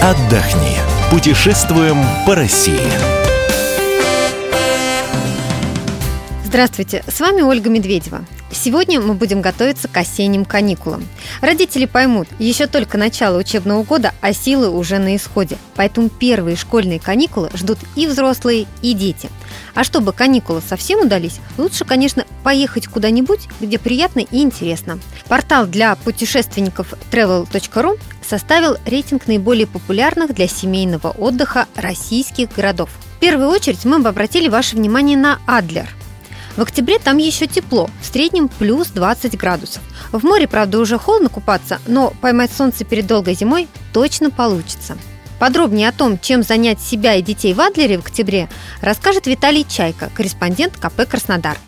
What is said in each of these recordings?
отдохни. Путешествуем по России. Здравствуйте, с вами Ольга Медведева. Сегодня мы будем готовиться к осенним каникулам. Родители поймут, еще только начало учебного года, а силы уже на исходе. Поэтому первые школьные каникулы ждут и взрослые, и дети. А чтобы каникулы совсем удались, лучше, конечно, поехать куда-нибудь, где приятно и интересно. Портал для путешественников travel.ru составил рейтинг наиболее популярных для семейного отдыха российских городов. В первую очередь мы бы обратили ваше внимание на Адлер. В октябре там еще тепло, в среднем плюс 20 градусов. В море, правда, уже холодно купаться, но поймать солнце перед долгой зимой точно получится. Подробнее о том, чем занять себя и детей в Адлере в октябре, расскажет Виталий Чайка, корреспондент КП «Краснодар».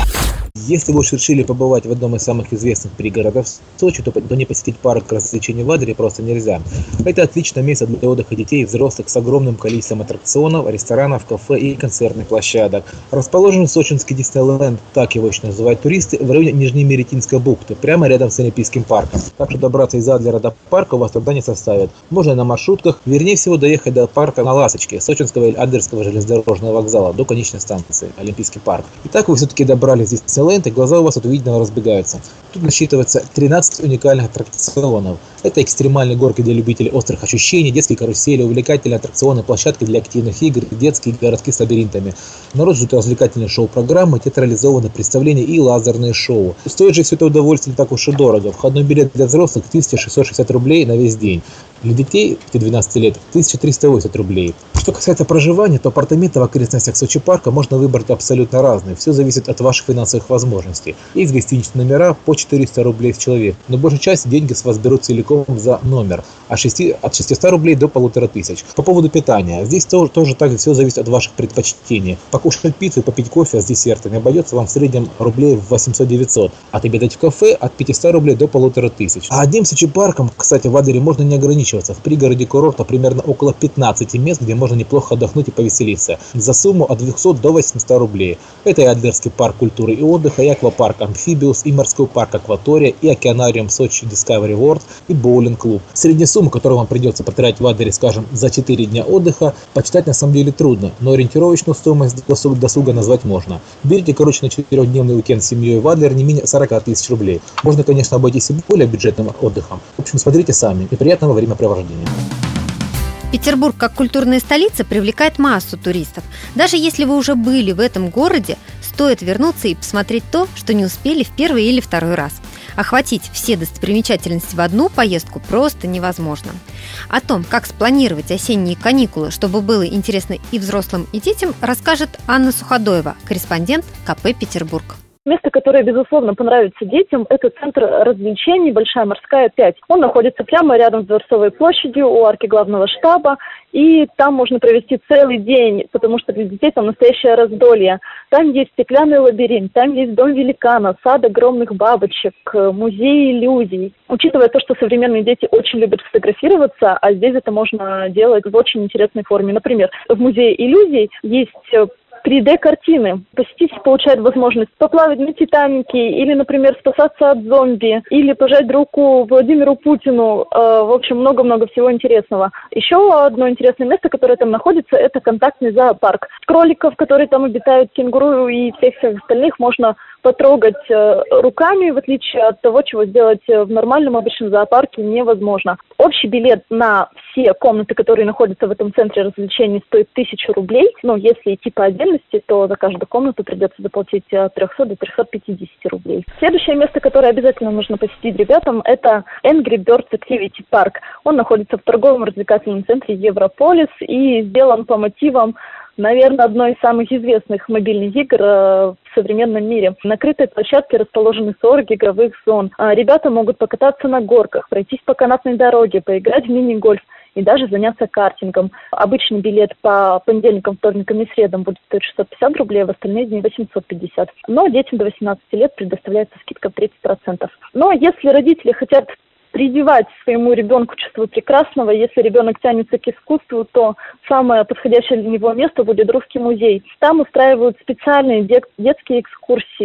Если вы уж решили побывать в одном из самых известных пригородов Сочи, то не посетить парк развлечений в Адлере просто нельзя. Это отличное место для отдыха детей и взрослых с огромным количеством аттракционов, ресторанов, кафе и концертных площадок. Расположен сочинский Диснейленд, так его еще называют туристы, в районе Нижнемеретинской бухты, прямо рядом с Олимпийским парком. Так что добраться из Адлера до парка у вас труда не составит. Можно на маршрутках, вернее всего доехать до парка на Ласочке, Сочинского или Адлерского железнодорожного вокзала, до конечной станции, Олимпийский парк. Итак, вы все-таки добрались в Диснейленд, и глаза у вас от увиденного разбегаются. Тут насчитывается 13 уникальных аттракционов. Это экстремальные горки для любителей острых ощущений, детские карусели, увлекательные аттракционы, площадки для активных игр, детские городки с лабиринтами. Народ ждут развлекательные шоу-программы, театрализованные представления и лазерные шоу. Стоит же все это удовольствие не так уж и дорого. Входной билет для взрослых 1660 рублей на весь день. Для детей 12 лет 1380 рублей. Что касается проживания, то апартаменты в окрестностях Сочи парка можно выбрать абсолютно разные. Все зависит от ваших финансовых возможностей. Есть гостиничные номера по 400 рублей в человек, но большей части деньги с вас берут целиком за номер, от 600 рублей до 1500. По поводу питания. Здесь тоже так все зависит от ваших предпочтений. Покушать пиццу и попить кофе с десертами обойдется вам в среднем рублей в 800-900. Отобедать в кафе от 500 рублей до 1500. А одним Сочи парком, кстати, в Адлере можно не ограничиваться. В пригороде курорта примерно около 15 мест, где можно неплохо отдохнуть и повеселиться. За сумму от 200 до 800 рублей. Это и Адлерский парк культуры и отдыха, и аквапарк Амфибиус, и морской парк Акватория, и океанариум Сочи Discovery World, и боулинг-клуб. Средняя сумма, которую вам придется потратить в Адлере, скажем, за 4 дня отдыха, почитать на самом деле трудно, но ориентировочную стоимость досуга назвать можно. Берите, на 4-дневный уикенд с семьей в Адлер не менее 40 тысяч рублей. Можно, конечно, обойтись и более бюджетным отдыхом. В общем, смотрите сами. И приятного времяпровождения. Петербург как культурная столица привлекает массу туристов. Даже если вы уже были в этом городе, стоит вернуться и посмотреть то, что не успели в первый или второй раз. Охватить все достопримечательности в одну поездку просто невозможно. О том, как спланировать осенние каникулы, чтобы было интересно и взрослым, и детям, расскажет Анна Суходоева, корреспондент КП «Петербург». Место, которое, безусловно, понравится детям, это центр развлечений «Большая морская 5». Он находится прямо рядом с Дворцовой площадью, у арки главного штаба, и там можно провести целый день, потому что для детей там настоящее раздолье. Там есть стеклянный лабиринт, там есть дом великана, сад огромных бабочек, музей иллюзий. Учитывая то, что современные дети очень любят фотографироваться, а здесь это можно делать в очень интересной форме. Например, в музее иллюзий есть 3D-картины. Посетитель получает возможность поплавать на «Титанике» или, например, спасаться от зомби, или пожать руку Владимиру Путину. В общем, много-много всего интересного. Еще одно интересное место, которое там находится, это контактный зоопарк. Кроликов, которые там обитают, кенгуру и всех остальных можно потрогать руками, в отличие от того, чего сделать в нормальном обычном зоопарке невозможно. Общий билет на все комнаты, которые находятся в этом центре развлечений, стоит 1000 рублей. Но если идти по отдельности, то за каждую комнату придется заплатить от 300 до 350 рублей. Следующее место, которое обязательно нужно посетить ребятам, это Angry Birds Activity Park. Он находится в торговом развлекательном центре Европолис и сделан по мотивам, наверное, одной из самых известных мобильных игр в современном мире. На крытой площадке расположены 40 игровых зон. Ребята могут покататься на горках, пройтись по канатной дороге, поиграть в мини-гольф и даже заняться картингом. Обычный билет по понедельникам, вторникам и средам будет стоить 650 рублей, а в остальные дни 850. Но детям до 18 лет предоставляется скидка в 30%. Но если родители хотят прививать своему ребенку чувство прекрасного. Если ребенок тянется к искусству, то самое подходящее для него место будет Русский музей. Там устраивают специальные детские экскурсии,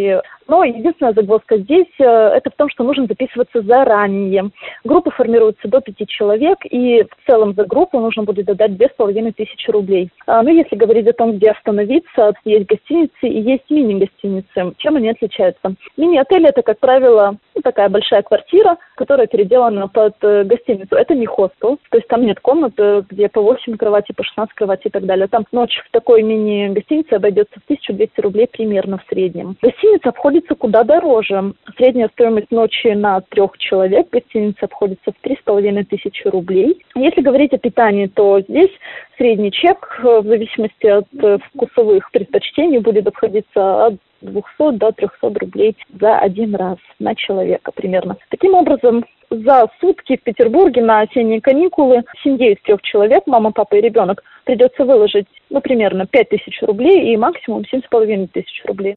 Но единственная загвоздка здесь это в том, что нужно записываться заранее. Группа формируется до 5 человек, и в целом за группу нужно будет отдать 2500 рублей. Но если говорить о том, где остановиться, есть гостиницы и есть мини-гостиницы. Чем они отличаются? Мини-отель – это, как правило, такая большая квартира, которая переделана под гостиницу. Это не хостел, то есть там нет комнат, где по 8 кроватей, по 16 кроватей и так далее. Там ночь в такой мини-гостинице обойдется в 1200 рублей примерно в среднем. Гостиница обходится куда дороже. Средняя стоимость ночи на 3 человек гостиница обходится в 3500 рублей. Если говорить о питании, то здесь средний чек в зависимости от вкусовых предпочтений будет обходиться от 200 до 300 рублей за один раз на человека примерно. Таким образом, за сутки в Петербурге на осенние каникулы семье из 3 человек, мама, папа и ребенок, придется выложить, примерно 5000 рублей и максимум 7500 рублей.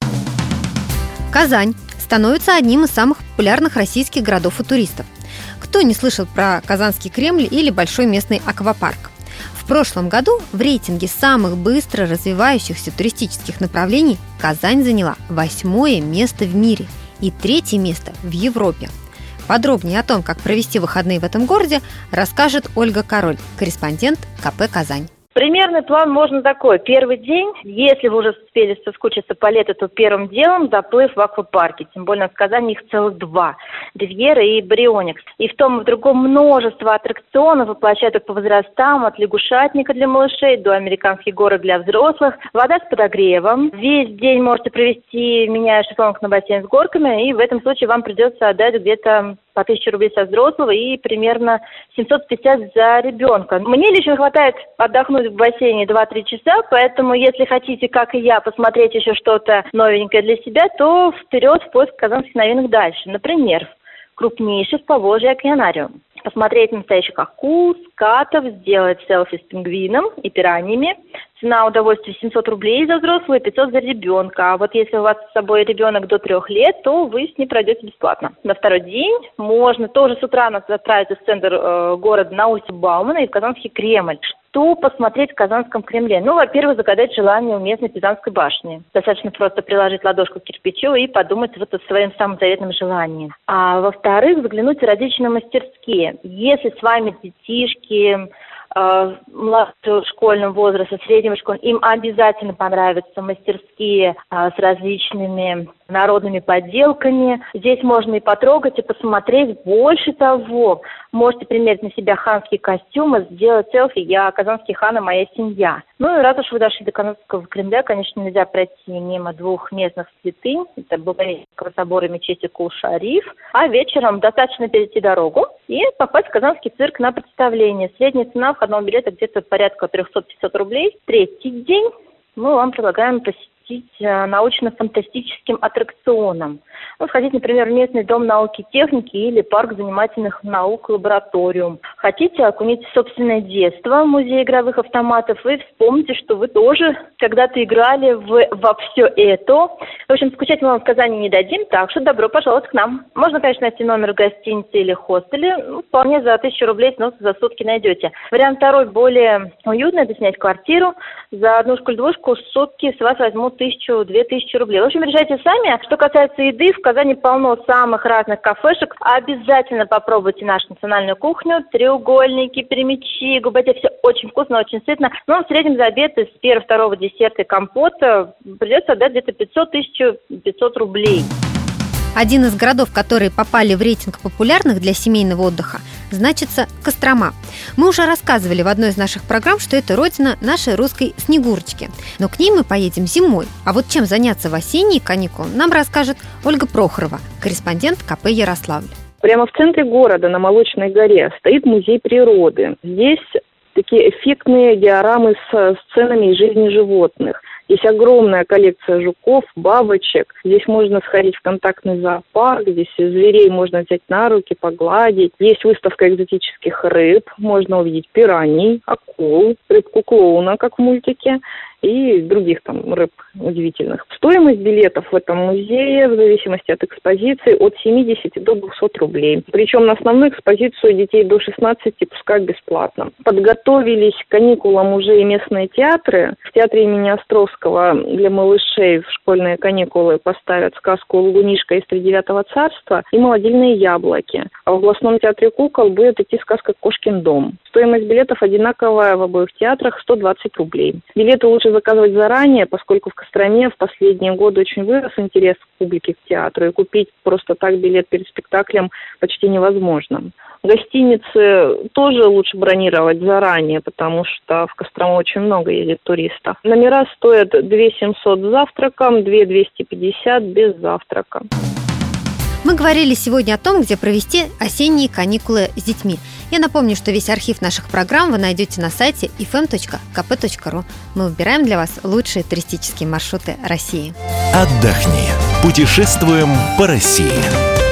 Казань становится одним из самых популярных российских городов у туристов. Кто не слышал про Казанский Кремль или большой местный аквапарк? В прошлом году в рейтинге самых быстро развивающихся туристических направлений Казань заняла 8-е место в мире и 3-е место в Европе. Подробнее о том, как провести выходные в этом городе, расскажет Ольга Король, корреспондент КП «Казань». Примерный план можно такой. Первый день, если вы уже успели соскучиться по лету, то первым делом заплыв в аквапарке. Тем более в Казани их целых 2. Ривьера и Брионикс. И в том и в другом множество аттракционов и площадок по возрастам, от лягушатника для малышей до американских горок для взрослых. Вода с подогревом. Весь день можете провести, меняя шезлонг на бассейн с горками. И в этом случае вам придется отдать где-то по 1000 рублей со взрослого и примерно 750 за ребенка. Мне лично хватает отдохнуть в бассейне 2-3 часа, поэтому если хотите, как и я, посмотреть еще что-то новенькое для себя, то вперед в поиск казанских новинок дальше. Например, крупнейший в Поволжье океанариум. Посмотреть настоящих акул, скатов, сделать селфи с пингвином и пираньями. Цена удовольствия 700 рублей за взрослого и 500 за ребенка. А вот если у вас с собой ребенок до 3 лет, то вы с ним пройдете бесплатно. На второй день можно тоже с утра отправиться в центр города на улицу Баумана и в Казанский Кремль. Что посмотреть в Казанском Кремле? Во-первых, загадать желание у местной Пизанской башни. Достаточно просто приложить ладошку к кирпичу и подумать о своем самом заветном желании. А во-вторых, заглянуть в различные мастерские. Если с вами детишки младшего школьного возраста, среднего школьного, им обязательно понравятся мастерские с различными народными поделками. Здесь можно и потрогать, и посмотреть. Больше того, можете примерить на себя ханские костюмы, сделать селфи «Я казанский хан и моя семья». И раз уж вы дошли до Казанского Кремля, конечно, нельзя пройти мимо 2 местных святынь. Это Благовещенского собора и мечети Кул-Шариф. А вечером достаточно перейти дорогу и попасть в Казанский цирк на представление. Средняя цена входного билета где-то порядка 300-500 рублей. Третий день мы вам предлагаем посетить научно-фантастическим аттракционом. Сходить, например, в местный дом науки и техники или парк занимательных наук лабораториум. Хотите окунить в собственное детство в музей игровых автоматов и вспомните, что вы тоже когда-то играли во все это. В общем, скучать мы вам в Казани не дадим, так что добро пожаловать к нам. Можно, конечно, найти номер в гостинице или хостеле. Вполне за 1000 рублей снос за сутки найдете. Вариант второй более уютный, это снять квартиру. За однушку-двушку в сутки с вас возьмут 1000-2000 рублей. В общем, решайте сами. Что касается еды, в Казани полно самых разных кафешек. Обязательно попробуйте нашу национальную кухню. Треугольники, перемечи, губати. Все очень вкусно, очень сытно. Но в среднем за обед из первого, второго десерта и компота придется отдать где-то 500-1500 рублей. Один из городов, которые попали в рейтинг популярных для семейного отдыха, значится Кострома. Мы уже рассказывали в одной из наших программ, что это родина нашей русской Снегурочки. Но к ней мы поедем зимой. А вот чем заняться в осенние каникулы, нам расскажет Ольга Прохорова, корреспондент КП «Ярославль». Прямо в центре города, на Молочной горе, стоит музей природы. Здесь такие эффектные диорамы с сценами из жизни животных. Здесь огромная коллекция жуков, бабочек. Здесь можно сходить в контактный зоопарк. Здесь зверей можно взять на руки, погладить. Есть выставка экзотических рыб. Можно увидеть пираний, акул, рыбку-клоуна, как в мультике, и других там рыб удивительных. Стоимость билетов в этом музее, в зависимости от экспозиции, от 70 до 200 рублей. Причем на основную экспозицию детей до 16 пускают бесплатно. Подготовились к каникулам уже и местные театры. В театре имени Островского Достоевского для малышей в школьные каникулы поставят сказку «Лунишка из Тридевятого царства» и «Молодильные яблоки». А в областном театре кукол будет идти сказка «Кошкин дом». Стоимость билетов одинаковая в обоих театрах – 120 рублей. Билеты лучше заказывать заранее, поскольку в Костроме в последние годы очень вырос интерес публики к театру, и купить просто так билет перед спектаклем почти невозможно. Гостиницы тоже лучше бронировать заранее, потому что в Кострому очень много ездит туристов. Номера стоят 2700 с завтраком, 2250 без завтрака. Мы говорили сегодня о том, где провести осенние каникулы с детьми. Я напомню, что весь архив наших программ вы найдете на сайте fm.kp.ru. Мы выбираем для вас лучшие туристические маршруты России. Отдохни. Путешествуем по России.